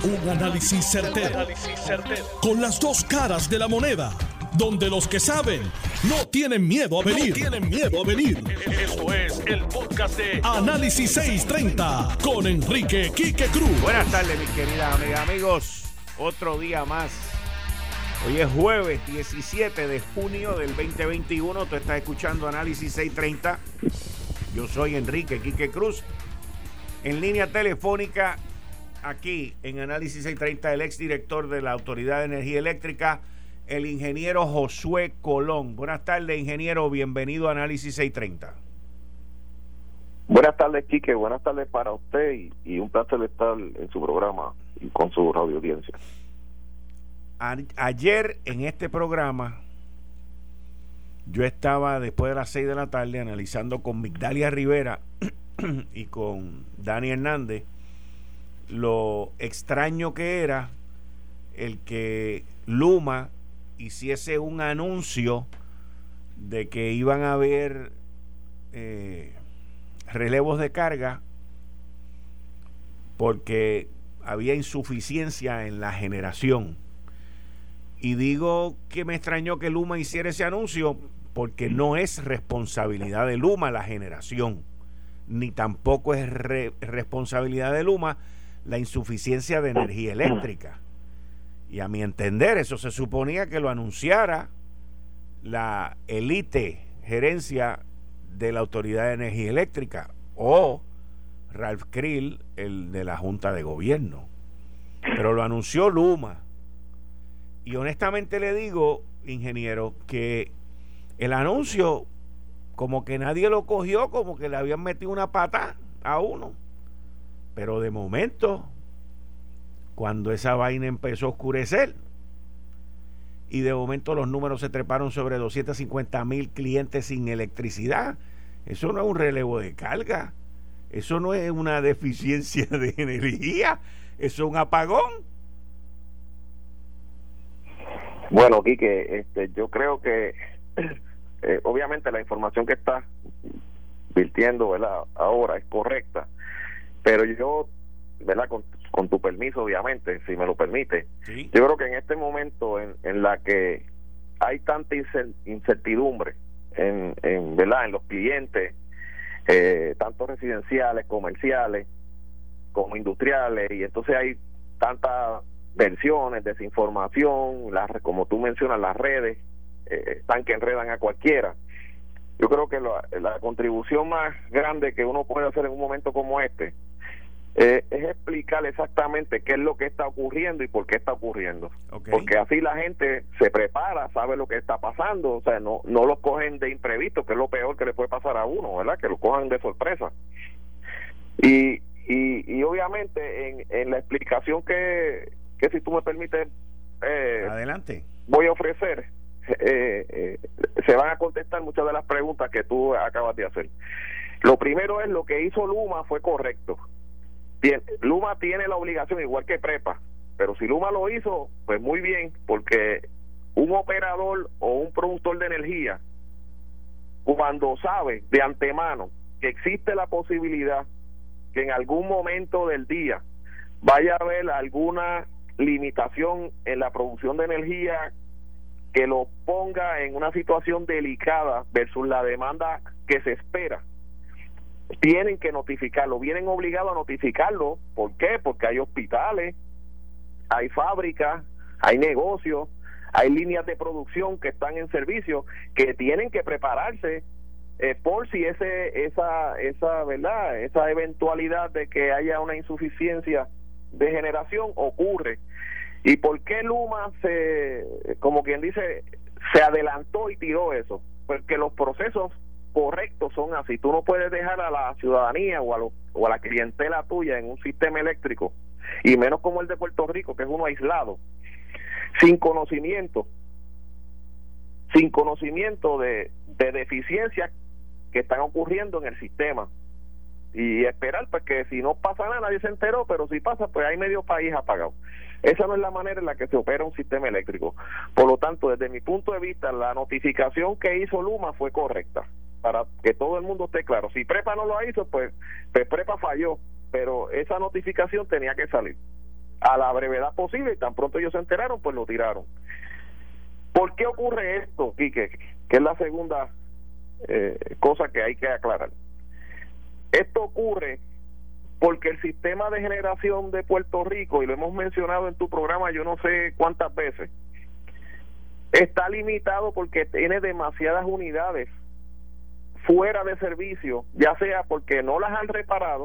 Un análisis certero, con las dos caras de la moneda, donde los que saben no tienen miedo a venir. Esto es el podcast de Análisis 630 con Enrique Quique Cruz. Buenas tardes, mis queridas amigas, amigos. Otro día más. Hoy es jueves 17 de junio del 2021. Tú estás escuchando Análisis 630. Yo soy Enrique Quique Cruz. En línea telefónica, aquí en Análisis 630, el exdirector de la Autoridad de Energía Eléctrica, el ingeniero Josué Colón. Buenas tardes, ingeniero. Bienvenido a Análisis 630. Buenas tardes, Quique. Buenas tardes para usted y un placer estar en su programa y con su radio audiencia. Ayer en este programa yo estaba después de las 6 de la tarde analizando con Migdalia Rivera y con Dani Hernández lo extraño que era el que Luma hiciese un anuncio de que iban a haber relevos de carga porque había insuficiencia en la generación. Y digo que me extrañó que Luma hiciera ese anuncio porque no es responsabilidad de Luma la generación, ni tampoco es responsabilidad de Luma la insuficiencia de energía eléctrica. Y a mi entender, eso se suponía que lo anunciara la élite gerencia de la Autoridad de Energía Eléctrica o Ralph Krill, el de la Junta de Gobierno. Pero lo anunció Luma. Y honestamente le digo, ingeniero, que el anuncio como que nadie lo cogió, como que le habían metido una pata a uno. Pero de momento, cuando esa vaina empezó a oscurecer y de momento los números se treparon sobre 250,000 clientes sin electricidad, eso no es un relevo de carga, eso no es una deficiencia de energía, eso es un apagón. Bueno, Quique, yo creo que obviamente la información que está virtiendo, ¿verdad?, ahora es correcta, pero yo, ¿verdad?, con tu permiso, obviamente, si me lo permite, ¿sí? Yo creo que en este momento en la que hay tanta incertidumbre ¿verdad?, en los clientes, tanto residenciales, comerciales, como industriales, y entonces hay tantas versiones, desinformación, como tú mencionas, las redes están que enredan a cualquiera. Yo creo que la contribución más grande que uno puede hacer en un momento como este es explicar exactamente qué es lo que está ocurriendo y por qué está ocurriendo. Okay. Porque así la gente se prepara, sabe lo que está pasando, o sea, no lo cogen de imprevisto, que es lo peor que le puede pasar a uno, ¿verdad?, que lo cojan de sorpresa. Y obviamente en la explicación que si tú me permites adelante voy a ofrecer, se van a contestar muchas de las preguntas que tú acabas de hacer. Lo primero es: lo que hizo Luma fue correcto. Bien, Luma tiene la obligación, igual que Prepa, pero si Luma lo hizo, pues muy bien, porque un operador o un productor de energía, cuando sabe de antemano que existe la posibilidad que en algún momento del día vaya a haber alguna limitación en la producción de energía que lo ponga en una situación delicada versus la demanda que se espera, tienen que notificarlo, vienen obligados a notificarlo. ¿Por qué? Porque hay hospitales, hay fábricas, hay negocios, hay líneas de producción que están en servicio, que tienen que prepararse por si esa verdad, esa eventualidad de que haya una insuficiencia de generación ocurre. ¿Y por qué Luma como quien dice, se adelantó y tiró eso? Porque los procesos correctos son así. Tú no puedes dejar a la ciudadanía o a la clientela tuya en un sistema eléctrico, y menos como el de Puerto Rico, que es uno aislado, sin conocimiento de deficiencias que están ocurriendo en el sistema, y esperar pues que si no pasa nada nadie se enteró, pero si pasa pues hay medio país apagado. Esa no es la manera en la que se opera un sistema eléctrico. Por lo tanto, desde mi punto de vista, la notificación que hizo Luma fue correcta, para que todo el mundo esté claro. Si Prepa no lo hizo, pues Prepa falló, pero esa notificación tenía que salir. a la brevedad posible, y tan pronto ellos se enteraron, pues lo tiraron. ¿Por qué ocurre esto, Quique? Que es la segunda cosa que hay que aclarar. Esto ocurre porque el sistema de generación de Puerto Rico, y lo hemos mencionado en tu programa yo no sé cuántas veces, está limitado porque tiene demasiadas unidades fuera de servicio, ya sea porque no las han reparado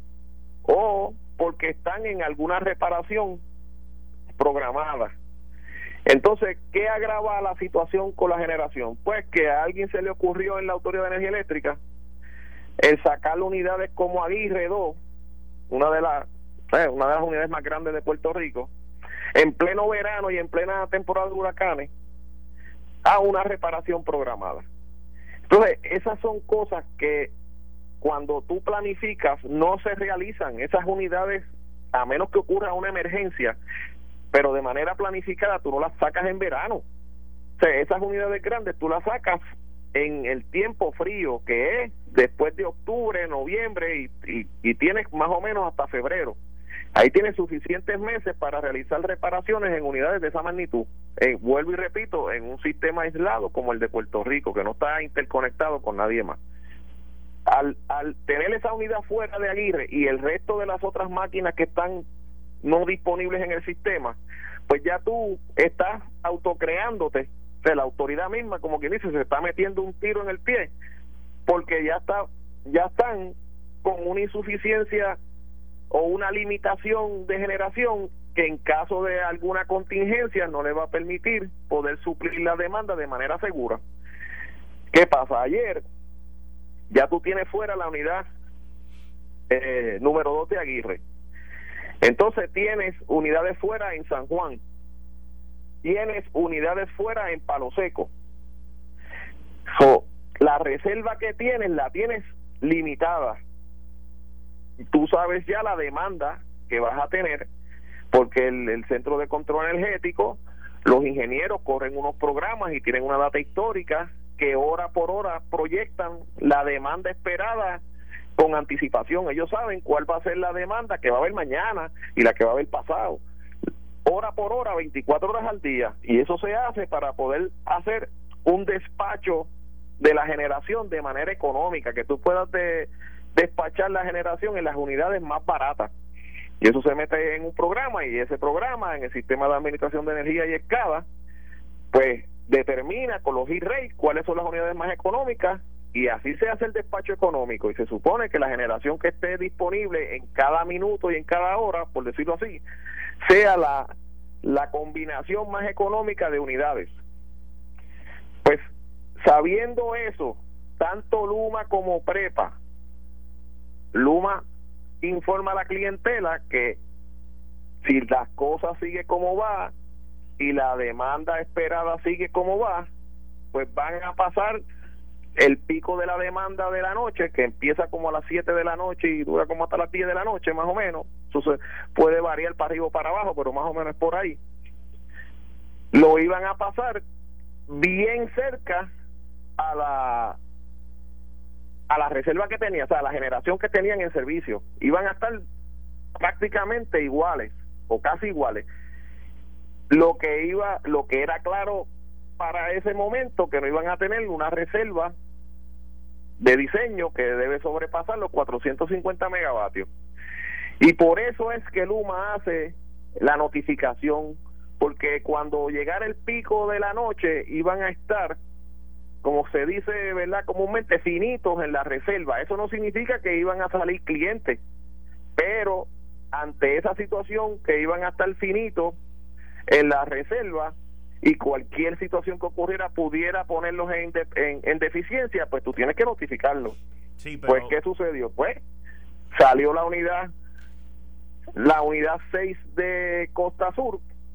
o porque están en alguna reparación programada. Entonces, ¿qué agrava la situación con la generación? Pues que a alguien se le ocurrió en la Autoridad de Energía Eléctrica el sacar unidades como Aguirre 2, una de las unidades más grandes de Puerto Rico, en pleno verano y en plena temporada de huracanes, a una reparación programada. Entonces, esas son cosas que cuando tú planificas no se realizan. Esas unidades, a menos que ocurra una emergencia, pero de manera planificada, tú no las sacas en verano. O sea, esas unidades grandes tú las sacas en el tiempo frío, que es después de octubre, noviembre, y tienes más o menos hasta febrero. Ahí tienes suficientes meses para realizar reparaciones en unidades de esa magnitud. Vuelvo y repito, en un sistema aislado como el de Puerto Rico, que no está interconectado con nadie más. Al tener esa unidad fuera de Aguirre y el resto de las otras máquinas que están no disponibles en el sistema, pues ya tú estás autocreándote. O sea, la autoridad misma, como quien dice, se está metiendo un tiro en el pie, porque ya están con una insuficiencia o una limitación de generación que en caso de alguna contingencia no le va a permitir poder suplir la demanda de manera segura. ¿Qué pasa? Ayer ya tú tienes fuera la unidad número 2 de Aguirre. Entonces tienes unidades fuera en San Juan, tienes unidades fuera en Palo Seco. La reserva que tienes la tienes limitada. Tú sabes ya la demanda que vas a tener, porque el Centro de Control Energético, los ingenieros corren unos programas y tienen una data histórica que hora por hora proyectan la demanda esperada con anticipación. Ellos saben cuál va a ser la demanda que va a haber mañana y la que va a haber pasado, hora por hora, 24 horas al día, y eso se hace para poder hacer un despacho de la generación de manera económica, que tú puedas despachar la generación en las unidades más baratas, y eso se mete en un programa, y ese programa en el sistema de administración de energía y escala pues determina con los hit rates cuáles son las unidades más económicas, y así se hace el despacho económico, y se supone que la generación que esté disponible en cada minuto y en cada hora, por decirlo así, sea la combinación más económica de unidades. Pues sabiendo eso, tanto Luma como Prepa, Luma informa a la clientela que si las cosas siguen como va y la demanda esperada sigue como va, pues van a pasar el pico de la demanda de la noche, que empieza como a las 7 de la noche y dura como hasta las 10 de la noche más o menos. Eso puede variar para arriba o para abajo, pero más o menos es por ahí. Lo iban a pasar bien cerca a la reserva que tenía, o sea, a la generación que tenían en servicio. Iban a estar prácticamente iguales o casi iguales. Lo que era claro para ese momento, que no iban a tener una reserva de diseño que debe sobrepasar los 450 megavatios. Y por eso es que Luma hace la notificación, porque cuando llegara el pico de la noche iban a estar, como se dice, ¿verdad?, comúnmente finitos en la reserva. Eso no significa que iban a salir clientes, pero ante esa situación que iban a estar finitos en la reserva y cualquier situación que ocurriera pudiera ponerlos en deficiencia, pues tú tienes que notificarlo. Sí, pero... Pues, ¿qué sucedió? Pues salió la unidad 6 de Costa Sur,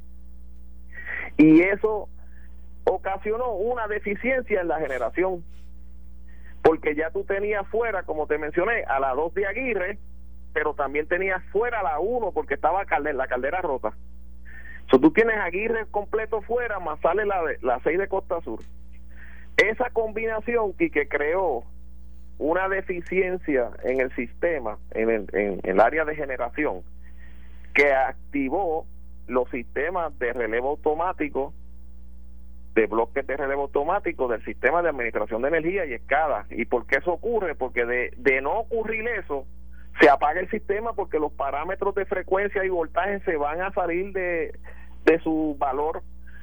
y eso ocasionó una deficiencia en la generación, porque ya tú tenías fuera, como te mencioné, a la 2 de Aguirre, pero también tenías fuera la 1 porque estaba la caldera rota. So, tú tienes Aguirre completo fuera, más sale la 6 de Costa Sur. Esa combinación que creó una deficiencia en el sistema, en el área de generación, que activó los sistemas de relevo automático, de bloques de relevo automático del sistema de administración de energía y SCADA. ¿Y por qué eso ocurre? Porque de no ocurrir eso, se apaga el sistema porque los parámetros de frecuencia y voltaje se van a salir de su valor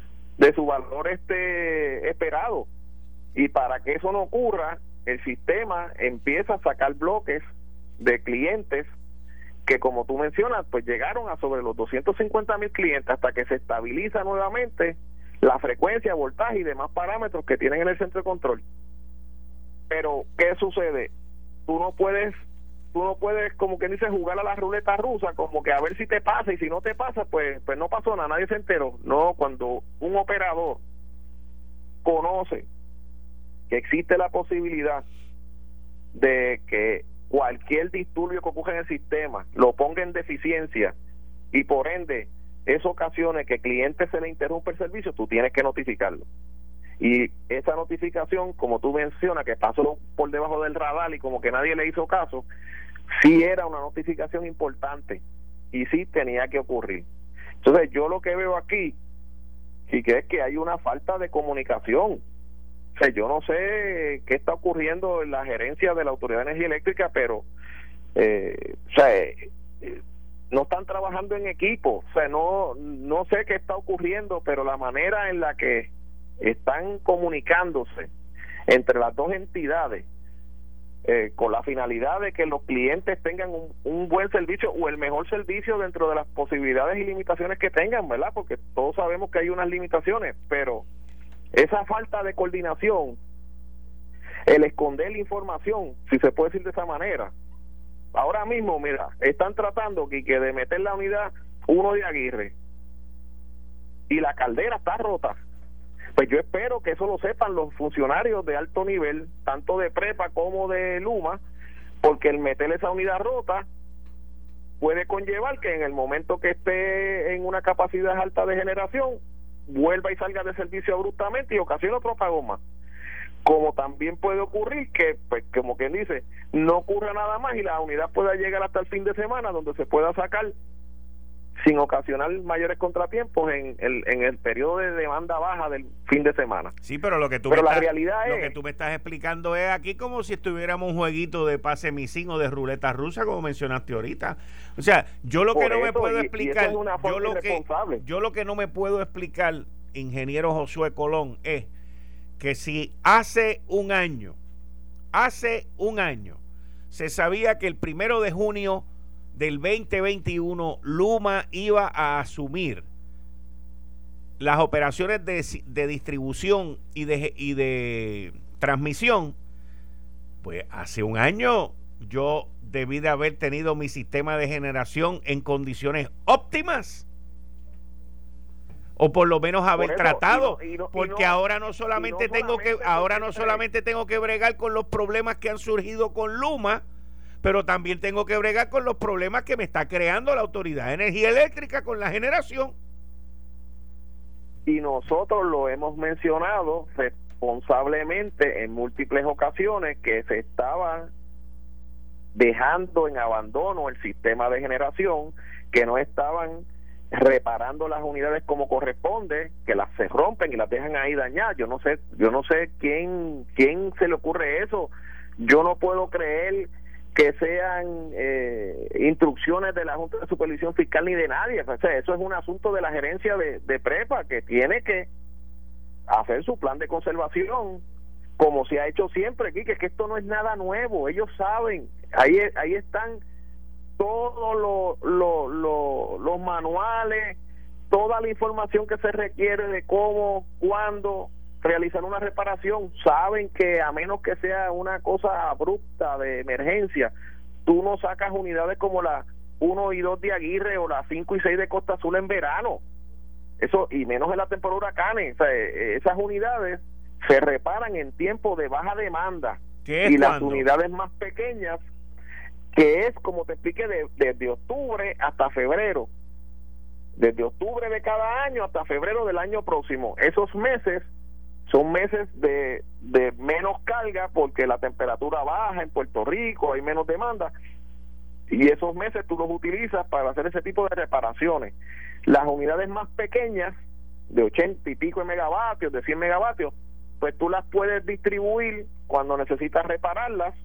esperado. Y para que eso no ocurra, el sistema empieza a sacar bloques de clientes que, como tú mencionas, pues llegaron a sobre los 250,000 clientes hasta que se estabiliza nuevamente la frecuencia, voltaje y demás parámetros que tienen en el centro de control. Pero ¿qué sucede? Tú no puedes, como que dice, jugar a la ruleta rusa, como que a ver si te pasa, y si no te pasa, pues no pasó nada, nadie se enteró. No, cuando un operador conoce que existe la posibilidad de que cualquier disturbio que ocurra en el sistema lo ponga en deficiencia y por ende eso ocasione que cliente se le interrumpa el servicio, tú tienes que notificarlo. Y esa notificación, como tú mencionas, que pasó por debajo del radar y como que nadie le hizo caso, sí era una notificación importante y sí tenía que ocurrir. Entonces yo lo que veo aquí sí que es que hay una falta de comunicación. O sea, yo no sé qué está ocurriendo en la gerencia de la Autoridad de Energía Eléctrica, pero no están trabajando en equipo. O sea, no sé qué está ocurriendo, pero la manera en la que están comunicándose entre las dos entidades con la finalidad de que los clientes tengan un buen servicio o el mejor servicio dentro de las posibilidades y limitaciones que tengan, ¿verdad? Porque todos sabemos que hay unas limitaciones, pero esa falta de coordinación, el esconder la información, si se puede decir de esa manera. Ahora mismo, mira, están tratando, Quique, de meter la unidad 1 de Aguirre y la caldera está rota. Pues yo espero que eso lo sepan los funcionarios de alto nivel, tanto de Prepa como de Luma, porque el meter esa unidad rota puede conllevar que en el momento que esté en una capacidad alta de generación, vuelva y salga de servicio abruptamente y ocasiona otro apagón más. Como también puede ocurrir que, pues, como quien dice, no ocurra nada más y la unidad pueda llegar hasta el fin de semana, donde se pueda sacar sin ocasionar mayores contratiempos en el periodo de demanda baja del fin de semana. Sí, pero lo que tú me estás explicando es aquí como si estuviéramos un jueguito de pase misín o de ruleta rusa, como mencionaste ahorita. O sea, yo lo que no me puedo explicar, yo lo que no me puedo explicar, ingeniero Josué Colón, es que si hace un año se sabía que el 1 de junio del 2021 Luma iba a asumir las operaciones de distribución y de transmisión, pues hace un año yo debí de haber tenido mi sistema de generación en condiciones óptimas, o por lo menos haber tratado, porque ahora no solamente tengo que bregar con los problemas que han surgido con Luma, pero también tengo que bregar con los problemas que me está creando la Autoridad de Energía Eléctrica con la generación. Y nosotros lo hemos mencionado responsablemente en múltiples ocasiones, que se estaba dejando en abandono el sistema de generación, que no estaban reparando las unidades como corresponde, que las se rompen y las dejan ahí dañadas. Yo no sé quién se le ocurre eso. Yo no puedo creer que sean instrucciones de la Junta de Supervisión Fiscal ni de nadie. O sea, eso es un asunto de la gerencia de Prepa, que tiene que hacer su plan de conservación como se ha hecho siempre aquí, que esto no es nada nuevo. Ellos saben, ahí están todos los manuales, toda la información que se requiere de cómo, cuándo realizar una reparación. Saben que a menos que sea una cosa abrupta de emergencia, tú no sacas unidades como la 1 y 2 de Aguirre o las 5 y 6 de Costa Azul en verano, eso, y menos en la temporada de huracanes. O sea, esas unidades se reparan en tiempo de baja demanda, y las unidades más pequeñas, que es, como te expliqué, desde octubre hasta febrero, desde octubre de cada año hasta febrero del año próximo. Esos meses son meses de menos carga porque la temperatura baja en Puerto Rico, hay menos demanda, y esos meses tú los utilizas para hacer ese tipo de reparaciones. Las unidades más pequeñas, de 80 y pico de megavatios, de 100 megavatios, pues tú las puedes distribuir cuando necesitas repararlas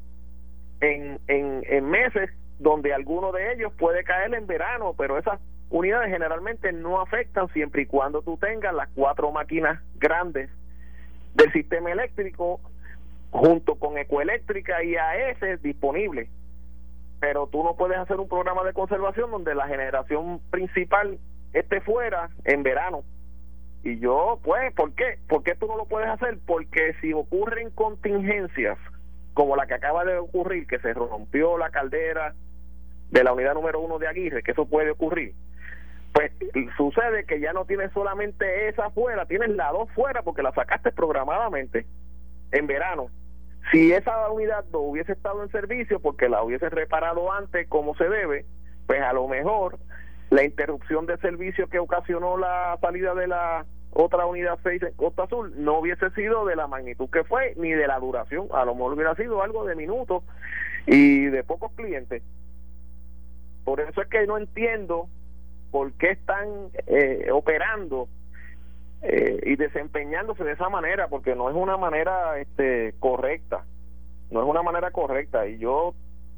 en meses donde alguno de ellos puede caer en verano, pero esas unidades generalmente no afectan siempre y cuando tú tengas las 4 máquinas grandes del sistema eléctrico junto con Ecoeléctrica y AES disponibles. Pero tú no puedes hacer un programa de conservación donde la generación principal esté fuera en verano. Y yo, pues, ¿por qué? ¿Por qué tú no lo puedes hacer? Porque si ocurren contingencias como la que acaba de ocurrir, que se rompió la caldera de la unidad número 1 de Aguirre, que eso puede ocurrir, pues sucede que ya no tienes solamente esa fuera, tienes la 2 fuera porque la sacaste programadamente en verano. Si esa unidad no hubiese estado en servicio porque la hubiese reparado antes como se debe, pues a lo mejor la interrupción de servicio que ocasionó la salida de la otra unidad 6 en Costa Azul no hubiese sido de la magnitud que fue, ni de la duración. A lo mejor hubiera sido algo de minutos y de pocos clientes. Por eso es que no entiendo por qué están operando y desempeñándose de esa manera, porque no es una manera correcta, no es una manera correcta. Y yo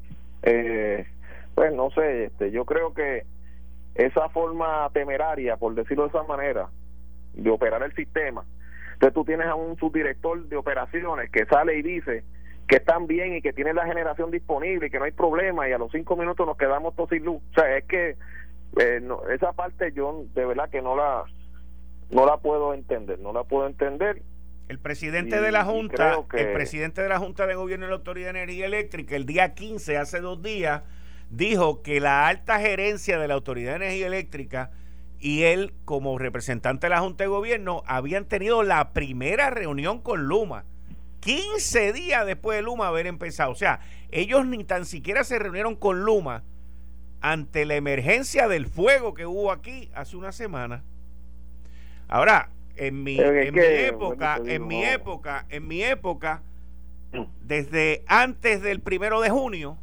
pues no sé, yo creo que esa forma temeraria, por decirlo de esa manera, de operar el sistema, entonces tú tienes a un subdirector de operaciones que sale y dice que están bien y que tienen la generación disponible y que no hay problema, y a los 5 minutos nos quedamos todos sin luz. O sea, es que no, esa parte yo de verdad que no la puedo entender, El presidente de la Junta, el presidente de la Junta de Gobierno de la Autoridad de Energía Eléctrica, el día 15, hace 2 días, dijo que la alta gerencia de la Autoridad de Energía Eléctrica y él, como representante de la Junta de Gobierno, habían tenido la primera reunión con Luma 15 días después de Luma haber empezado. O sea, ellos ni tan siquiera se reunieron con Luma ante la emergencia del fuego que hubo aquí hace una semana. Ahora, en mi época, desde antes del 1 de junio,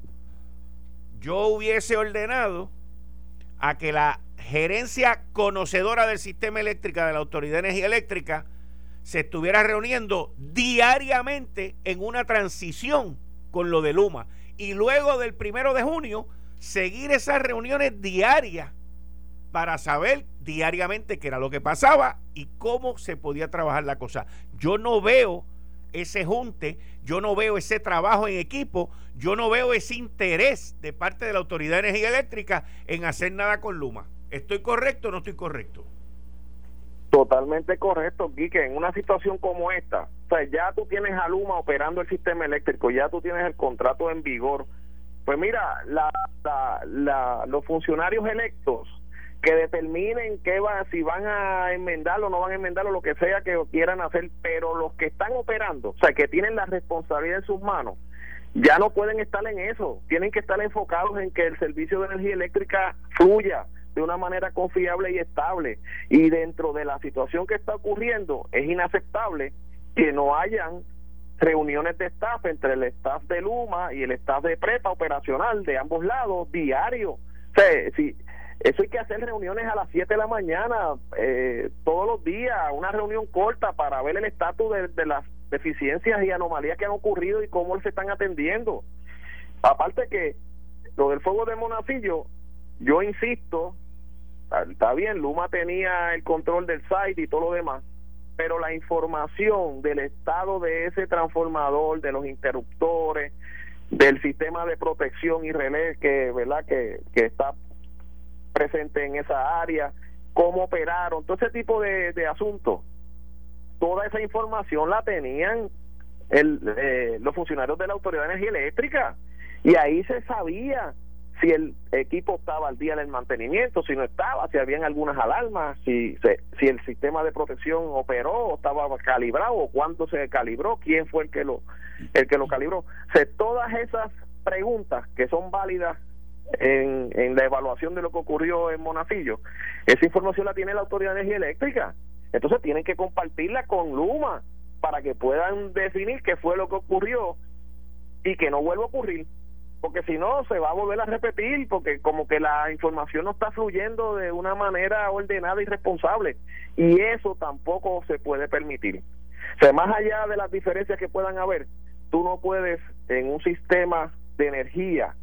yo hubiese ordenado a que la gerencia conocedora del sistema eléctrico de la Autoridad de Energía Eléctrica se estuviera reuniendo diariamente en una transición con lo de Luma, y luego del 1 de junio seguir esas reuniones diarias para saber diariamente qué era lo que pasaba y cómo se podía trabajar la cosa. Yo no veo ese junte, yo no veo ese trabajo en equipo, yo no veo ese interés de parte de la Autoridad de Energía Eléctrica en hacer nada con Luma. ¿Estoy correcto o no estoy correcto? Totalmente correcto, Quique. En una situación como esta, o sea, ya tú tienes a Luma operando el sistema eléctrico, ya tú tienes el contrato en vigor. Pues mira, los funcionarios electos que determinen si van a enmendarlo o no van a enmendarlo, lo que sea que quieran hacer, pero los que están operando, o sea, que tienen la responsabilidad en sus manos, ya no pueden estar en eso, tienen que estar enfocados en que el servicio de energía eléctrica fluya de una manera confiable y estable. Y dentro de la situación que está ocurriendo, es inaceptable que no hayan reuniones de staff entre el staff de Luma y el staff de prepa operacional de ambos lados diario. O sea, si eso hay que hacer reuniones a las 7 de la mañana todos los días, una reunión corta para ver el estatus de las deficiencias y anomalías que han ocurrido y cómo se están atendiendo. Aparte que lo del fuego de Monacillo, yo insisto, está bien, Luma tenía el control del site y todo lo demás, pero la información del estado de ese transformador, de los interruptores, del sistema de protección y relé que está presente en esa área, cómo operaron, todo ese tipo de asuntos, toda esa información la tenían los funcionarios de la Autoridad de Energía Eléctrica, y ahí se sabía si el equipo estaba al día del mantenimiento, si no estaba, si habían algunas alarmas, si el sistema de protección operó, estaba calibrado, o cuánto se calibró, quién fue el que lo calibró. O sea, todas esas preguntas que son válidas en la evaluación de lo que ocurrió en Monacillo, esa información la tiene la Autoridad de Energía Eléctrica. Entonces tienen que compartirla con Luma para que puedan definir qué fue lo que ocurrió y que no vuelva a ocurrir. porque si no se va a volver a repetir, porque como que la información no está fluyendo de una manera ordenada y responsable, y eso tampoco se puede permitir. O sea, más allá de las diferencias que puedan haber, tú no puedes en un sistema de energía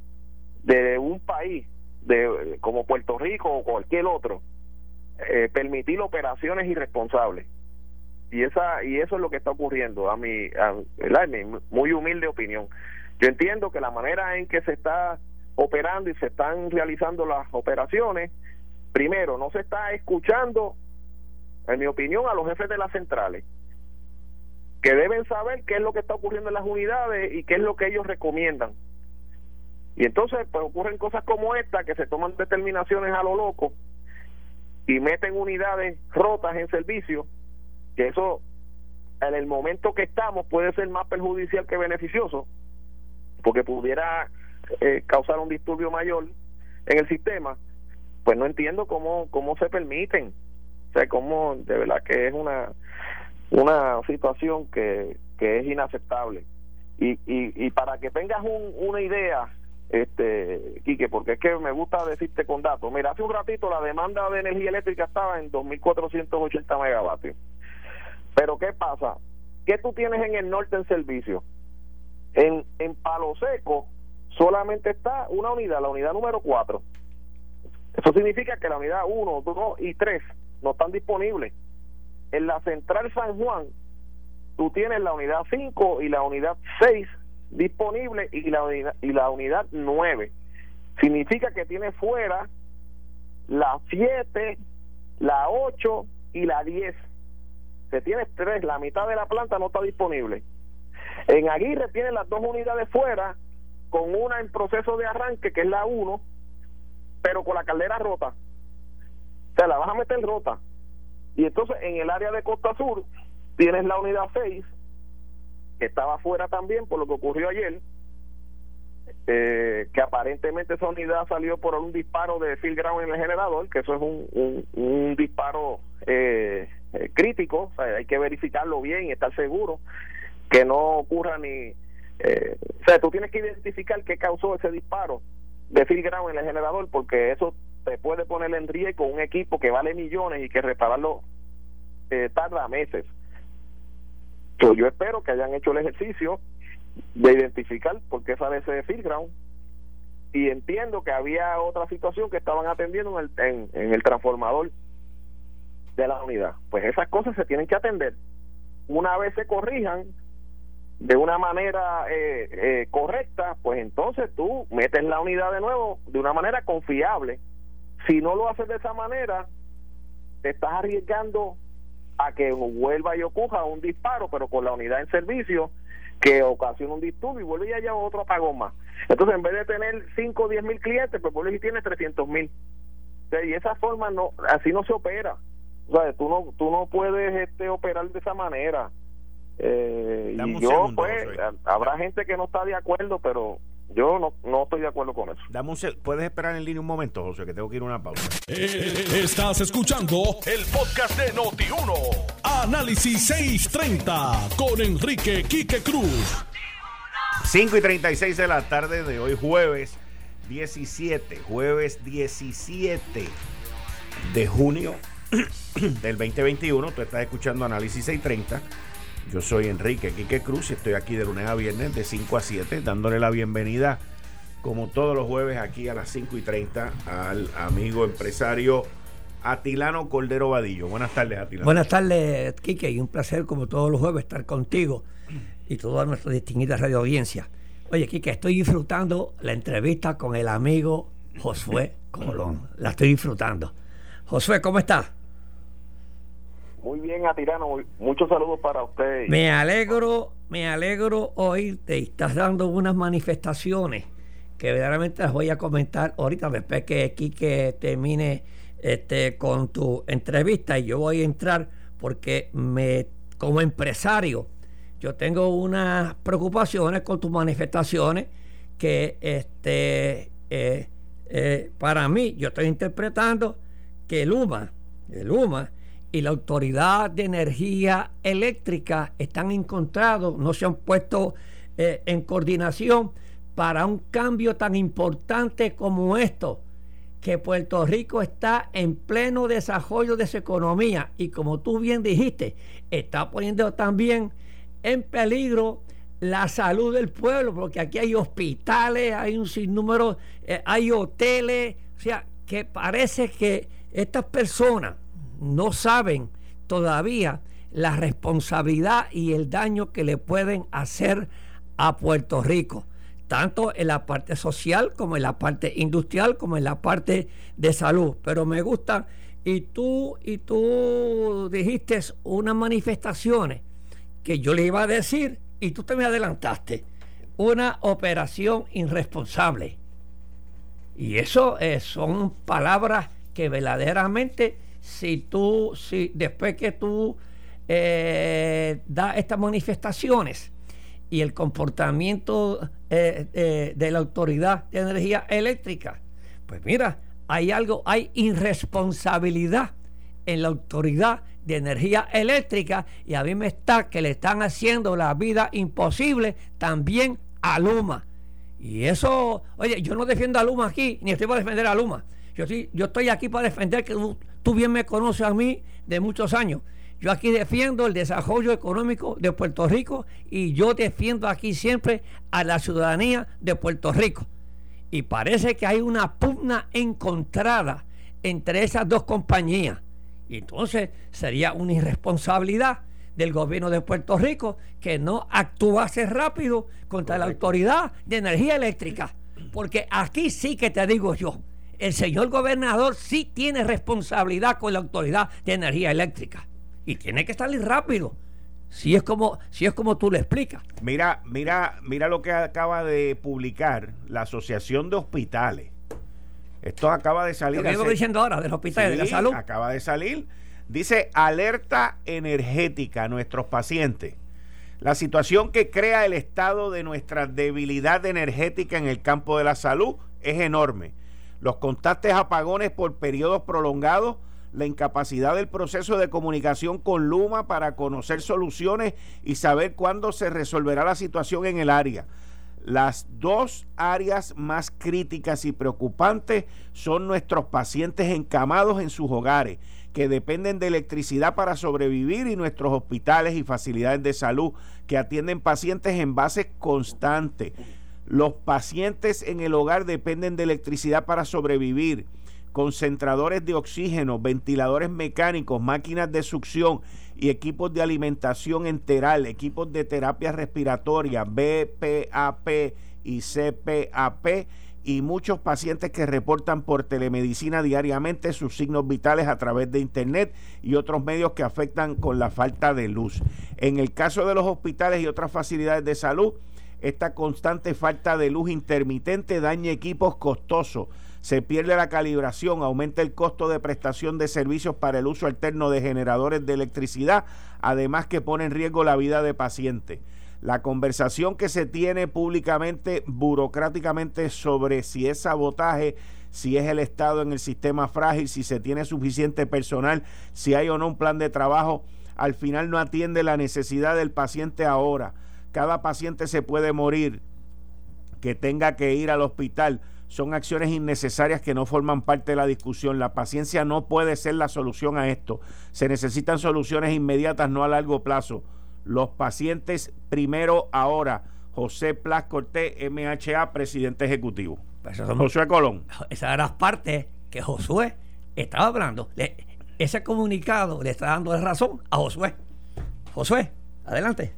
de un país como Puerto Rico o cualquier otro permitir operaciones irresponsables, y eso es lo que está ocurriendo en mi muy humilde opinión. Yo entiendo que la manera en que se está operando y se están realizando las operaciones, primero, no se está escuchando, en mi opinión, a los jefes de las centrales, que deben saber qué es lo que está ocurriendo en las unidades y qué es lo que ellos recomiendan. Y entonces pues ocurren cosas como esta, que se toman determinaciones a lo loco y meten unidades rotas en servicio, que eso en el momento que estamos puede ser más perjudicial que beneficioso, porque pudiera causar un disturbio mayor en el sistema. Pues no entiendo cómo se permiten. O sea, cómo de verdad que es una situación que es inaceptable. Y para que tengas una idea, Quique, porque es que me gusta decirte con datos. Mira, hace un ratito la demanda de energía eléctrica estaba en 2.480 megavatios. Pero ¿qué pasa? ¿Qué tú tienes en el norte en servicio? En Palo Seco solamente está una unidad, la unidad número 4. Eso significa que la unidad 1, 2 y 3 no están disponibles. En la central San Juan tú tienes la unidad 5 y la unidad 6 disponibles, y la unidad 9. Significa que tiene fuera la 7, la 8 y la 10. Se tiene 3, la mitad de la planta no está disponible. En Aguirre tiene las 2 unidades fuera, con una en proceso de arranque, que es la 1, pero con la caldera rota. O sea, la vas a meter rota. Y entonces en el área de Costa Sur tienes la unidad 6, que estaba fuera también por lo que ocurrió ayer, que aparentemente esa unidad salió por un disparo de field ground en el generador, que eso es un disparo crítico. O sea, hay que verificarlo bien y estar seguro que no ocurra ni... o sea, tú tienes que identificar qué causó ese disparo de field ground en el generador, porque eso te puede poner en riesgo un equipo que vale millones y que repararlo tarda meses. Yo espero que hayan hecho el ejercicio de identificar por qué sale ese field ground, y entiendo que había otra situación que estaban atendiendo en el transformador de la unidad. Pues esas cosas se tienen que atender. Una vez se corrijan de una manera correcta, pues entonces tú metes la unidad de nuevo de una manera confiable. Si no lo haces de esa manera, te estás arriesgando a que vuelva y ocurra un disparo, pero con la unidad en servicio, que ocasiona un disturbio y vuelve y haya otro apagón más. Entonces, en vez de tener 5 o 10 mil clientes, pues vuelve y tienes 300,000. O sea, y esa forma no, así no se opera. O sea, tú no puedes operar de esa manera. Y yo, segundo, pues, habrá gente que no está de acuerdo, pero yo no estoy de acuerdo con eso. ¿Puedes esperar en línea un momento, José, que tengo que ir a una pausa? Estás escuchando el podcast de Noti1. Análisis 630 con Enrique Quique Cruz. 5:36 de la tarde de hoy, jueves 17 de junio del 2021. Tú estás escuchando Análisis 630. Yo soy Enrique Quique Cruz y estoy aquí de lunes a viernes de 5 a 7, dándole la bienvenida, como todos los jueves, aquí a las 5:30 al amigo empresario Atilano Cordero Vadillo. Buenas tardes, Atilano. Buenas tardes, Quique, y un placer, como todos los jueves, estar contigo y toda nuestra distinguida radio audiencia. Oye, Quique, estoy disfrutando la entrevista con el amigo Josué Colón. La estoy disfrutando. Josué, ¿cómo estás? Muy bien, Atilano, muchos saludos para usted. Me alegro oírte, y estás dando unas manifestaciones que verdaderamente las voy a comentar ahorita, después que Quique termine con tu entrevista, y yo voy a entrar porque como empresario yo tengo unas preocupaciones con tus manifestaciones que para mí, yo estoy interpretando que Luma y la Autoridad de Energía Eléctrica están encontrados, no se han puesto en coordinación para un cambio tan importante como esto, que Puerto Rico está en pleno desarrollo de su economía y, como tú bien dijiste, está poniendo también en peligro la salud del pueblo, porque aquí hay hospitales, hay un sinnúmero, hay hoteles, o sea, que parece que estas personas no saben todavía la responsabilidad y el daño que le pueden hacer a Puerto Rico, tanto en la parte social como en la parte industrial como en la parte de salud. Pero me gusta, y tú dijiste unas manifestaciones que yo le iba a decir y tú te me adelantaste: una operación irresponsable. Y eso son palabras que verdaderamente, si después que tú das estas manifestaciones y el comportamiento de la Autoridad de Energía Eléctrica, pues mira, hay irresponsabilidad en la Autoridad de Energía Eléctrica, y a mí me está que le están haciendo la vida imposible también a Luma. Y eso, oye, yo no defiendo a Luma aquí, ni estoy para defender a Luma. Yo estoy aquí para defender, que tú bien me conoces a mí de muchos años. Yo aquí defiendo el desarrollo económico de Puerto Rico, y yo defiendo aquí siempre a la ciudadanía de Puerto Rico. Y parece que hay una pugna encontrada entre esas dos compañías. Y entonces sería una irresponsabilidad del gobierno de Puerto Rico que no actuase rápido contra la Autoridad de Energía Eléctrica. Porque aquí sí que te digo yo, el señor gobernador sí tiene responsabilidad con la Autoridad de Energía Eléctrica. Y tiene que salir rápido, si es como tú le explicas. Mira lo que acaba de publicar la Asociación de Hospitales. Esto acaba de salir. Lo que estoy diciendo ahora, de los hospitales, de la salud. Acaba de salir. Dice: alerta energética a nuestros pacientes. La situación que crea el estado de nuestra debilidad energética en el campo de la salud es enorme. Los constantes apagones por periodos prolongados, la incapacidad del proceso de comunicación con Luma para conocer soluciones y saber cuándo se resolverá la situación en el área. Las dos áreas más críticas y preocupantes son nuestros pacientes encamados en sus hogares, que dependen de electricidad para sobrevivir, y nuestros hospitales y facilidades de salud que atienden pacientes en base constante. Los pacientes en el hogar dependen de electricidad para sobrevivir. Concentradores de oxígeno, ventiladores mecánicos, máquinas de succión y equipos de alimentación enteral, equipos de terapia respiratoria, BPAP y CPAP, y muchos pacientes que reportan por telemedicina diariamente sus signos vitales a través de internet y otros medios que afectan con la falta de luz. En el caso de los hospitales y otras facilidades de salud, esta constante falta de luz intermitente daña equipos costosos, se pierde la calibración, aumenta el costo de prestación de servicios para el uso alterno de generadores de electricidad, además que pone en riesgo la vida de pacientes. La conversación que se tiene públicamente, burocráticamente, sobre si es sabotaje, si es el Estado en el sistema frágil, si se tiene suficiente personal, si hay o no un plan de trabajo, al final no atiende la necesidad del paciente ahora. Cada paciente se puede morir, que tenga que ir al hospital. Son acciones innecesarias que no forman parte de la discusión. La paciencia no puede ser la solución a esto. Se necesitan soluciones inmediatas, no a largo plazo. Los pacientes primero ahora. José Plas Cortés, MHA, presidente ejecutivo. Josué Colón. Esa era la parte que Josué estaba hablando. Ese comunicado le está dando razón a Josué. Josué, adelante.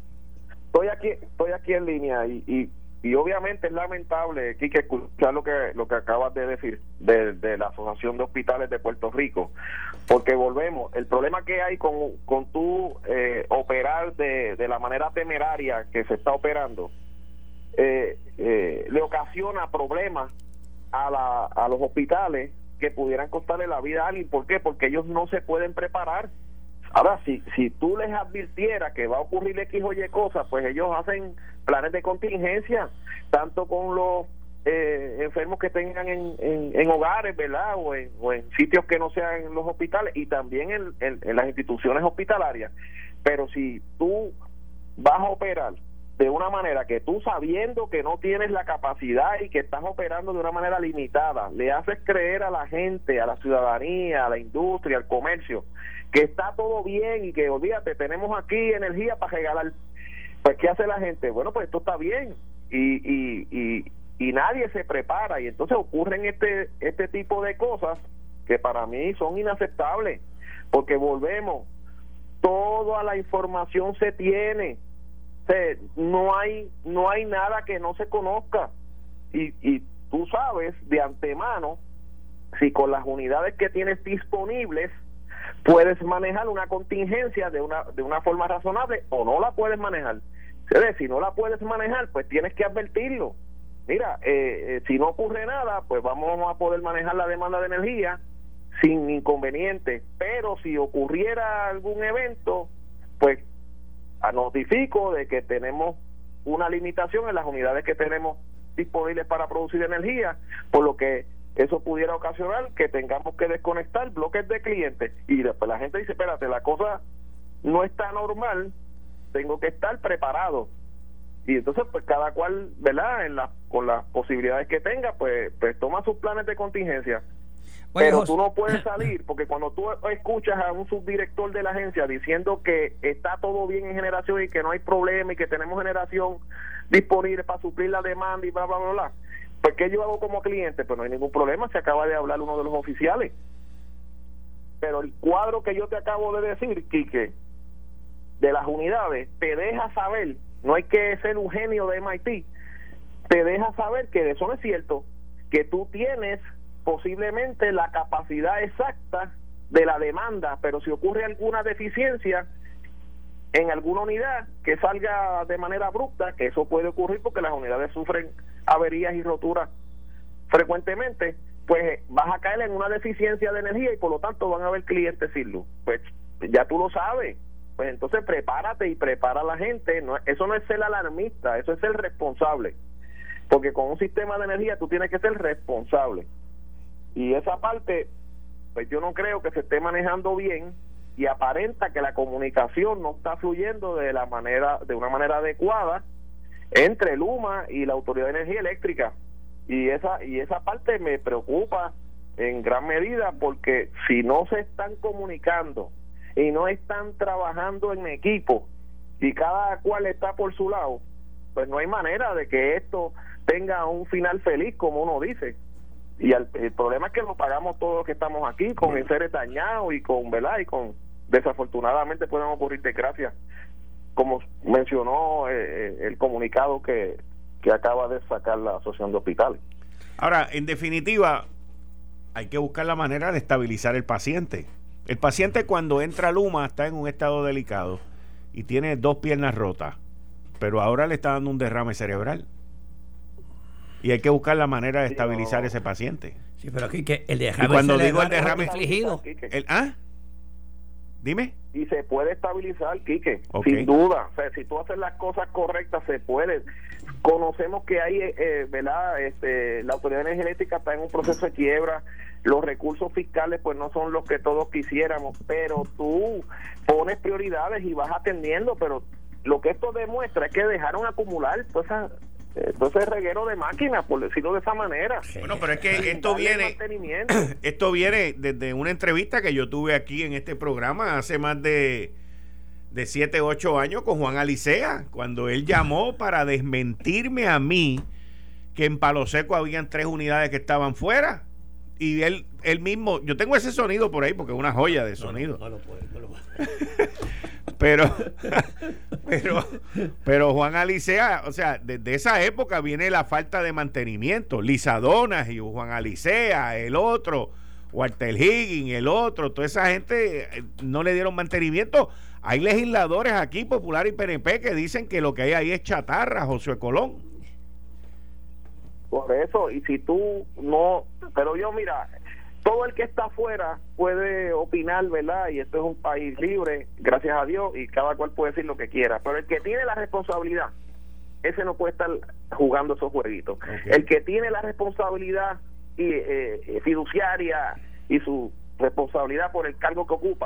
Estoy aquí en línea y obviamente es lamentable, Quique, escuchar lo que acabas de decir de la Asociación de Hospitales de Puerto Rico, porque volvemos, el problema que hay con tú operar de la manera temeraria que se está operando, le ocasiona problemas a los hospitales que pudieran costarle la vida a alguien. ¿Por qué? Porque ellos no se pueden preparar. Ahora, si tú les advirtieras que va a ocurrir X o Y cosas, pues ellos hacen planes de contingencia, tanto con los enfermos que tengan en hogares, ¿verdad? O en sitios que no sean los hospitales, y también en las instituciones hospitalarias. Pero si tú vas a operar de una manera que tú, sabiendo que no tienes la capacidad y que estás operando de una manera limitada, le haces creer a la gente, a la ciudadanía, a la industria, al comercio, que está todo bien y que, olvídate, tenemos aquí energía para regalar. Pues, ¿qué hace la gente? Bueno, pues esto está bien y nadie se prepara, y entonces ocurren este tipo de cosas que para mí son inaceptables, porque volvemos, toda la información se tiene. No hay nada que no se conozca, y tú sabes de antemano si con las unidades que tienes disponibles puedes manejar una contingencia de una forma razonable o no la puedes manejar. Si no la puedes manejar, pues tienes que advertirlo. Mira, si no ocurre nada, pues vamos a poder manejar la demanda de energía sin inconveniente, pero si ocurriera algún evento, pues notifico de que tenemos una limitación en las unidades que tenemos disponibles para producir energía, por lo que eso pudiera ocasionar que tengamos que desconectar bloques de clientes, y después la gente dice, espérate, la cosa no está normal, tengo que estar preparado. Y entonces pues cada cual, ¿verdad?, con las posibilidades que tenga, pues toma sus planes de contingencia. Pero tú no puedes salir, porque cuando tú escuchas a un subdirector de la agencia diciendo que está todo bien en generación y que no hay problema y que tenemos generación disponible para suplir la demanda y bla, bla, bla, bla, pues ¿qué yo hago como cliente? Pues no hay ningún problema, se acaba de hablar uno de los oficiales. Pero el cuadro que yo te acabo de decir, Quique, de las unidades, te deja saber, no hay que ser un genio de MIT, te deja saber que eso no es cierto, que tú tienes posiblemente la capacidad exacta de la demanda, pero si ocurre alguna deficiencia en alguna unidad que salga de manera abrupta, que eso puede ocurrir porque las unidades sufren averías y roturas frecuentemente, pues vas a caer en una deficiencia de energía y por lo tanto van a haber clientes sin luz. Pues ya tú lo sabes, pues entonces prepárate y prepara a la gente. Eso no es ser alarmista, eso es ser responsable, porque con un sistema de energía tú tienes que ser responsable. Y esa parte, pues yo no creo que se esté manejando bien, y aparenta que la comunicación no está fluyendo de una manera adecuada entre Luma y la Autoridad de Energía Eléctrica, y esa parte me preocupa en gran medida, porque si no se están comunicando y no están trabajando en equipo y cada cual está por su lado, pues no hay manera de que esto tenga un final feliz, como uno dice. Y el problema es que lo pagamos todos los que estamos aquí, con enseres dañados y con, ¿verdad?, y con, desafortunadamente pueden ocurrir desgracias, como mencionó el comunicado que acaba de sacar la Asociación de Hospitales. Ahora, en definitiva, hay que buscar la manera de estabilizar el paciente. El paciente, cuando entra a Luma, está en un estado delicado y tiene 2 piernas rotas, pero ahora le está dando un derrame cerebral. Y hay que buscar la manera de estabilizar ese paciente. Sí, pero aquí que el derrame, y cuando digo el derrame infligido, dime. Y se puede estabilizar, Quique, okay, sin duda. O sea, si tú haces las cosas correctas, se puede. Conocemos que hay, ¿verdad?, la Autoridad de Energía Eléctrica está en un proceso de quiebra. Los recursos fiscales pues no son los que todos quisiéramos, pero tú pones prioridades y vas atendiendo. Pero lo que esto demuestra es que dejaron acumular entonces reguero de máquinas, por decirlo de esa manera. Bueno, pero es que esto viene desde una entrevista que yo tuve aquí en este programa hace más de 7, 8 años con Juan Alicea, cuando él llamó para desmentirme a mí que en Palo Seco habían 3 unidades que estaban fuera. Y él mismo, yo tengo ese sonido por ahí porque es una joya de sonido. No lo puedo. Pero Juan Alicea, o sea, desde esa época viene la falta de mantenimiento. Lizadonas y Juan Alicea, el otro, Walter Higgins, el otro, toda esa gente no le dieron mantenimiento. Hay legisladores aquí, Popular y PNP, que dicen que lo que hay ahí es chatarra, Josué Colón. Por eso, y si tú no, pero yo, mira, todo el que está afuera puede opinar, ¿verdad? Y esto es un país libre, gracias a Dios, y cada cual puede decir lo que quiera, pero el que tiene la responsabilidad, ese no puede estar jugando esos jueguitos. Okay. El que tiene la responsabilidad fiduciaria y su responsabilidad por el cargo que ocupa,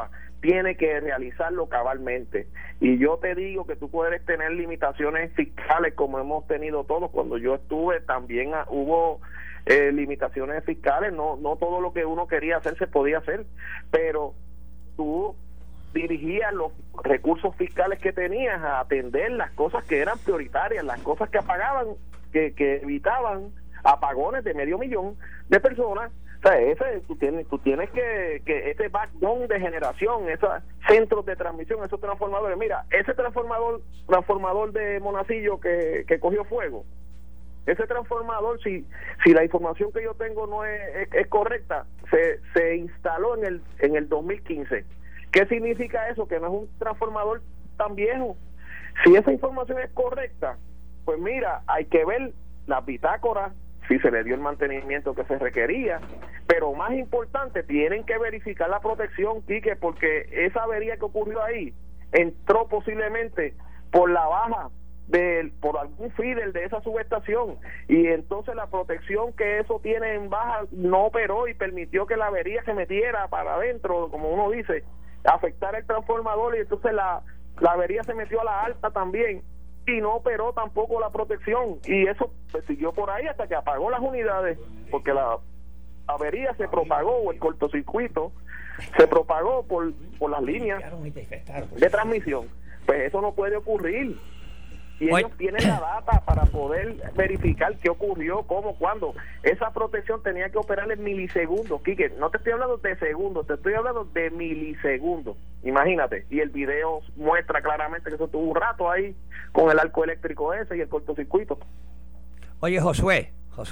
tiene que realizarlo cabalmente. Y yo te digo que tú puedes tener limitaciones fiscales como hemos tenido todos. Cuando yo estuve también hubo limitaciones fiscales, no todo lo que uno quería hacer se podía hacer, pero tú dirigías los recursos fiscales que tenías a atender las cosas que eran prioritarias, las cosas que apagaban, que evitaban apagones de 500,000 de personas. O sea, tú tienes que ese backbone de generación, esos centros de transmisión, esos transformadores. Mira, ese transformador de Monacillo que cogió fuego, ese transformador, si la información que yo tengo no es correcta, se instaló en el 2015. ¿Qué significa eso? Que no es un transformador tan viejo. Si esa información es correcta, pues mira, hay que ver las bitácoras, si se le dio el mantenimiento que se requería, pero más importante, tienen que verificar la protección, Quique, porque esa avería que ocurrió ahí entró posiblemente por la baja por algún feeder de esa subestación, y entonces la protección que eso tiene en baja no operó y permitió que la avería se metiera para adentro, como uno dice, afectar el transformador, y entonces la avería se metió a la alta también y no operó tampoco la protección, y eso siguió por ahí hasta que apagó las unidades, porque la avería se propagó, o el cortocircuito se propagó por las líneas de transmisión. Pues eso no puede ocurrir, y ellos tienen la data para poder verificar qué ocurrió, cómo, cuándo. Esa protección tenía que operar en milisegundos, Quique. No te estoy hablando de segundos, te estoy hablando de milisegundos. Imagínate. Y el video muestra claramente que eso tuvo un rato ahí con el arco eléctrico ese y el cortocircuito. Oye, Josué,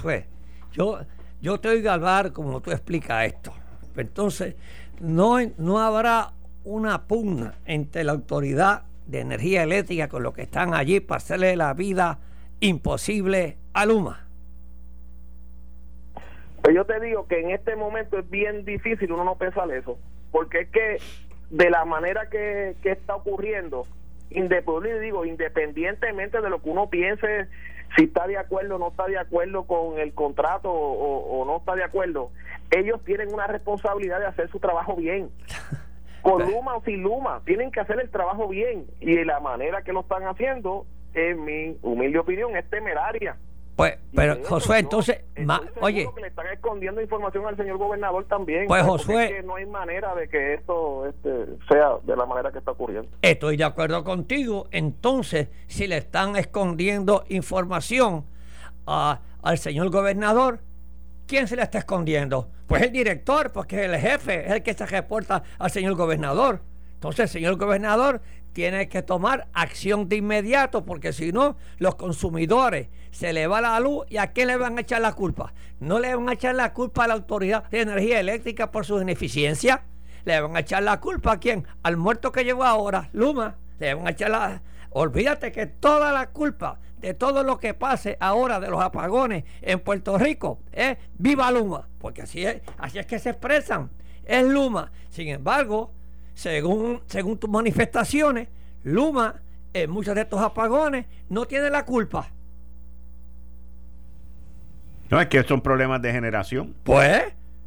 yo te oigo hablar como tú explicas esto. Entonces, no habrá una pugna entre la autoridad de energía eléctrica con los que están allí para hacerle la vida imposible a Luma. Pues yo te digo que en este momento es bien difícil uno no pensar eso, porque es que de la manera que está ocurriendo, independientemente de lo que uno piense, si está de acuerdo o no está de acuerdo con el contrato o no está de acuerdo, ellos tienen una responsabilidad de hacer su trabajo bien. Con Luma o sin Luma, tienen que hacer el trabajo bien, y la manera que lo están haciendo, en mi humilde opinión, es temeraria. Pues, pero Josué, entonces oye, que le están escondiendo información al señor gobernador también. Pues Josué, es que no hay manera de que esto sea de la manera que está ocurriendo. Estoy de acuerdo contigo. Entonces, si le están escondiendo información al señor gobernador, ¿quién se le está escondiendo? Pues el director, porque el jefe es el que se reporta al señor gobernador. Entonces el señor gobernador tiene que tomar acción de inmediato, porque si no, los consumidores se le va la luz, ¿y a quién le van a echar la culpa? No le van a echar la culpa a la Autoridad de Energía Eléctrica por su ineficiencia. Le van a echar la culpa ¿a quién? Al muerto que llegó ahora, Luma. Le van a echar olvídate que toda la culpa de todo lo que pase ahora de los apagones en Puerto Rico es viva Luma, porque así es que se expresan, es Luma. Sin embargo, según tus manifestaciones, Luma en muchos de estos apagones no tiene la culpa. No, es que son problemas de generación. Pues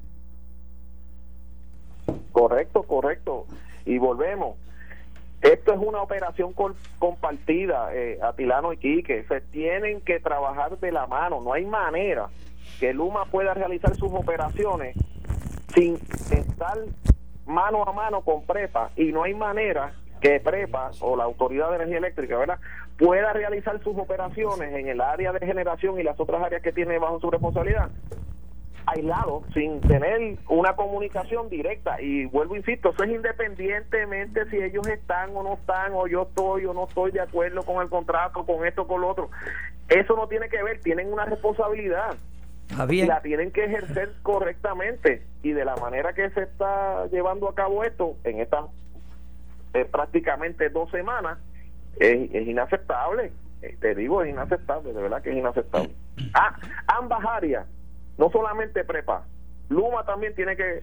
correcto, y volvemos. Esto es una operación compartida, Atilano y Quique. Se tienen que trabajar de la mano. No hay manera que Luma pueda realizar sus operaciones sin estar mano a mano con PREPA, y no hay manera que PREPA o la Autoridad de Energía Eléctrica, ¿verdad?, pueda realizar sus operaciones en el área de generación y las otras áreas que tiene bajo su responsabilidad aislado, sin tener una comunicación directa. Y vuelvo, insisto, eso es independientemente si ellos están o no están, o yo estoy o no estoy de acuerdo con el contrato, con esto, con lo otro. Eso no tiene que ver, tienen una responsabilidad y la tienen que ejercer correctamente, y de la manera que se está llevando a cabo esto en estas prácticamente 2 semanas es inaceptable. Te digo, es inaceptable, de verdad que es inaceptable. Ambas áreas, no solamente PREPA, Luma también tiene que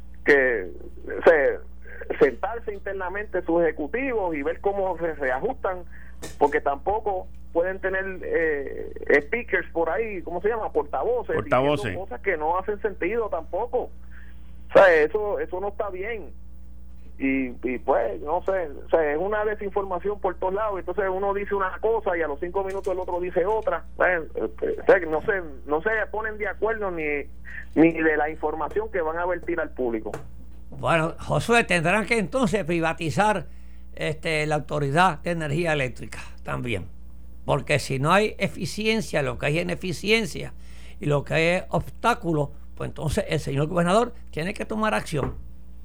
sentarse internamente sus ejecutivos y ver cómo se reajustan, porque tampoco pueden tener speakers por ahí, ¿cómo se llama? Portavoces. Cosas que no hacen sentido tampoco. O sea, eso no está bien. y pues no sé, o sea, es una desinformación por todos lados. Entonces uno dice una cosa y a los 5 minutos el otro dice otra. No se ponen de acuerdo ni de la información que van a vertir al público. Bueno, Josué, tendrán que entonces privatizar la Autoridad de Energía Eléctrica también, porque si no hay eficiencia, lo que hay ineficiencia y lo que hay es obstáculo, pues entonces el señor gobernador tiene que tomar acción.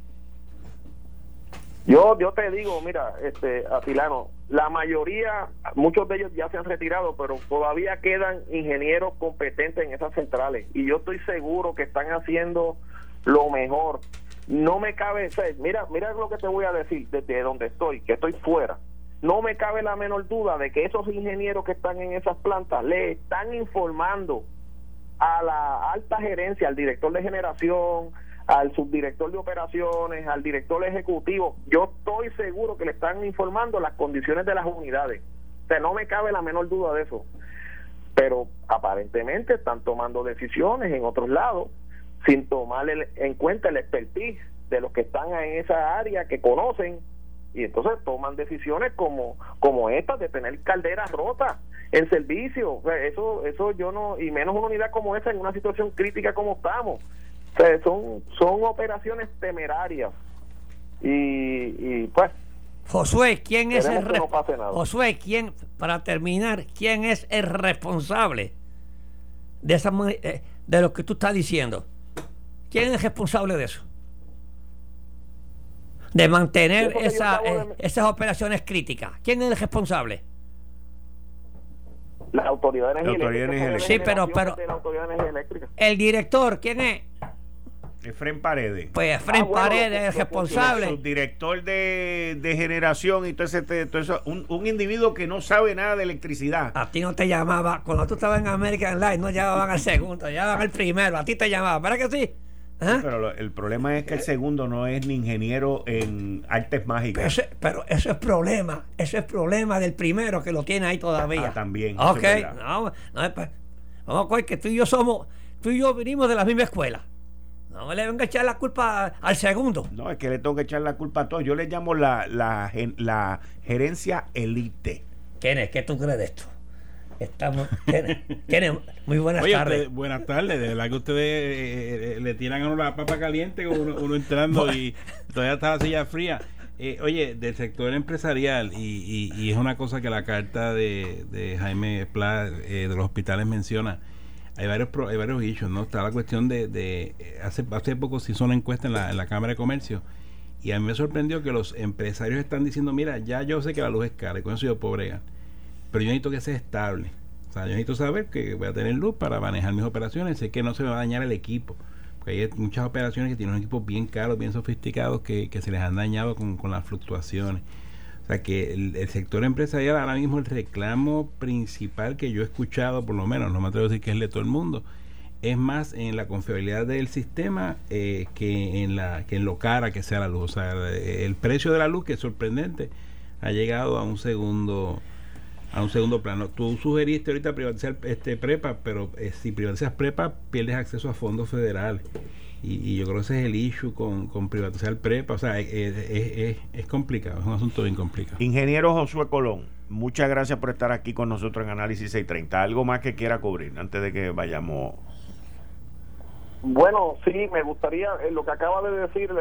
Yo te digo, mira, Atilano, la mayoría, muchos de ellos ya se han retirado, pero todavía quedan ingenieros competentes en esas centrales y yo estoy seguro que están haciendo lo mejor. No me cabe, mira lo que te voy a decir desde donde estoy, que estoy fuera. No me cabe la menor duda de que esos ingenieros que están en esas plantas le están informando a la alta gerencia, al director de generación, al subdirector de operaciones, al director ejecutivo. Yo estoy seguro que le están informando las condiciones de las unidades. O sea, no me cabe la menor duda de eso. Pero aparentemente están tomando decisiones en otros lados sin tomar en cuenta el expertise de los que están en esa área, que conocen, y entonces toman decisiones como estas de tener calderas rotas en servicio. O sea, eso yo no, y menos una unidad como esa en una situación crítica como estamos. O sea, son operaciones temerarias y pues Josué, ¿quién es Josué, para terminar, quién es el responsable de lo que tú estás diciendo? ¿Quién es responsable de eso? De mantener esas operaciones críticas. ¿Quién es el responsable? La Autoridad de Energía Eléctrica. Sí, pero de la Autoridad de Energía Eléctrica. El director, ¿quién es? Efrén Paredes. Pues Efrén Paredes es el responsable. El subdirector de generación y todo eso, un individuo que no sabe nada de electricidad. A ti no te llamaba, cuando tú estabas en American Life, no llamaban al segundo, llamaban al primero, a ti te llamaban, ¿verdad que sí? Sí, pero el problema es que el segundo no es ni ingeniero en artes mágicas. Pero eso es problema del primero que lo tiene ahí todavía. También. Ok, vamos a coger que tú y yo venimos de la misma escuela. No le venga a echar la culpa al segundo. No, es que le tengo que echar la culpa a todos. Yo le llamo la gerencia elite. ¿Quién ¿Qué tú crees de esto? Kenneth, muy buenas tardes. Buenas tardes, de verdad que ustedes le tiran a uno la papa caliente, uno entrando y todavía está la silla fría. Oye, del sector empresarial, y es una cosa que la carta de Jaime Pla de los hospitales menciona, hay varios issues, ¿no? Está la cuestión de hace poco se hizo una encuesta en la Cámara de Comercio y a mí me sorprendió que los empresarios están diciendo, mira, ya yo sé que la luz es cara y con eso yo puedo bregar, pero yo necesito que sea estable. O sea, yo necesito saber que voy a tener luz para manejar mis operaciones, sé que no se me va a dañar el equipo, porque hay muchas operaciones que tienen un equipo bien caro, bien sofisticados, que se les han dañado con las fluctuaciones. O sea, que el sector empresarial ahora mismo, el reclamo principal que yo he escuchado, por lo menos, no me atrevo a decir que es de todo el mundo, es más en la confiabilidad del sistema que en lo cara que sea la luz. O sea, el precio de la luz, que es sorprendente, ha llegado a un segundo plano. Tú sugeriste ahorita privatizar prepa, pero si privatizas prepa pierdes acceso a fondos federales y yo creo que ese es el issue con privatizar prepa. O sea, es complicado, es un asunto bien complicado. Ingeniero Josué Colón, muchas gracias por estar aquí con nosotros en Análisis 630. ¿Algo más que quiera cubrir antes de que vayamos? Bueno, sí, me gustaría lo que acaba de decirle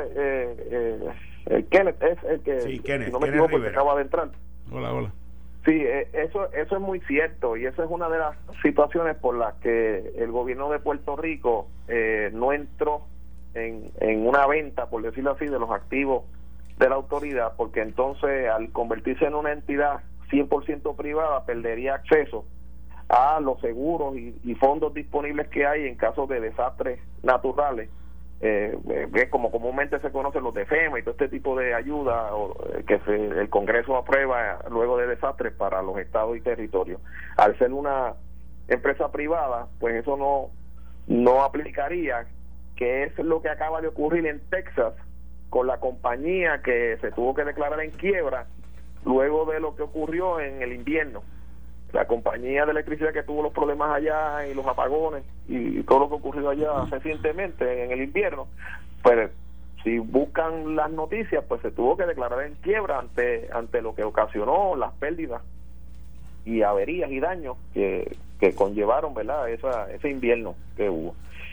Kenneth, es el que, sí, Kenneth, si no me equivoco, que acaba de entrar. Hola. Sí, eso es muy cierto, y esa es una de las situaciones por las que el gobierno de Puerto Rico no entró en una venta, por decirlo así, de los activos de la autoridad, porque entonces al convertirse en una entidad 100% privada perdería acceso a los seguros y fondos disponibles que hay en caso de desastres naturales, como comúnmente se conocen los de FEMA y todo este tipo de ayuda que el Congreso aprueba luego de desastres para los estados y territorios. Al ser una empresa privada, pues eso no aplicaría, que es lo que acaba de ocurrir en Texas con la compañía que se tuvo que declarar en quiebra luego de lo que ocurrió en el invierno. La compañía de electricidad que tuvo los problemas allá y los apagones y todo lo que ocurrió allá recientemente en el invierno, pues si buscan las noticias, pues se tuvo que declarar en quiebra ante lo que ocasionó las pérdidas y averías y daños que conllevaron, ¿verdad?, ese invierno que hubo.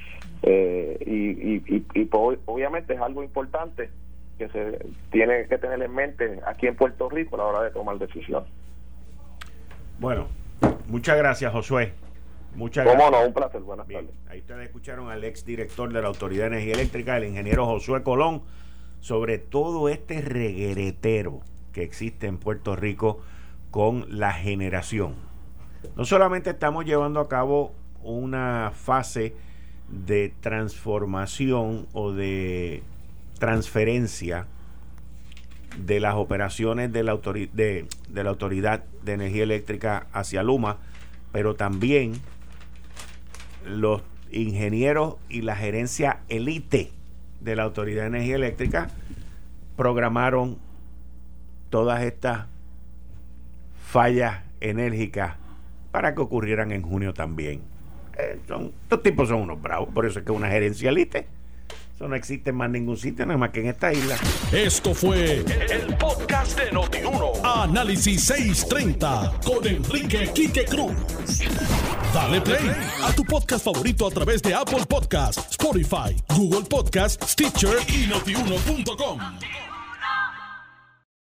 Pues, obviamente es algo importante que se tiene que tener en mente aquí en Puerto Rico a la hora de tomar decisiones. Bueno, muchas gracias, Josué. Muchas gracias. Cómo no, un placer. Buenas tardes. Ahí ustedes escucharon al exdirector de la Autoridad de Energía Eléctrica, el ingeniero Josué Colón, sobre todo este regueretero que existe en Puerto Rico con la generación. No solamente estamos llevando a cabo una fase de transformación o de transferencia de las operaciones de la Autoridad de Energía Eléctrica hacia Luma, pero también los ingenieros y la gerencia élite de la Autoridad de Energía Eléctrica programaron todas estas fallas enérgicas para que ocurrieran en junio también. Estos tipos son unos bravos, por eso es que una gerencia élite. Eso no existe en más ningún sitio, nada más que en esta isla. Esto fue el podcast de Noti1. Análisis 630 con Enrique Quique Cruz. Dale play a tu podcast favorito a través de Apple Podcasts, Spotify, Google Podcasts, Stitcher y Notiuno.com.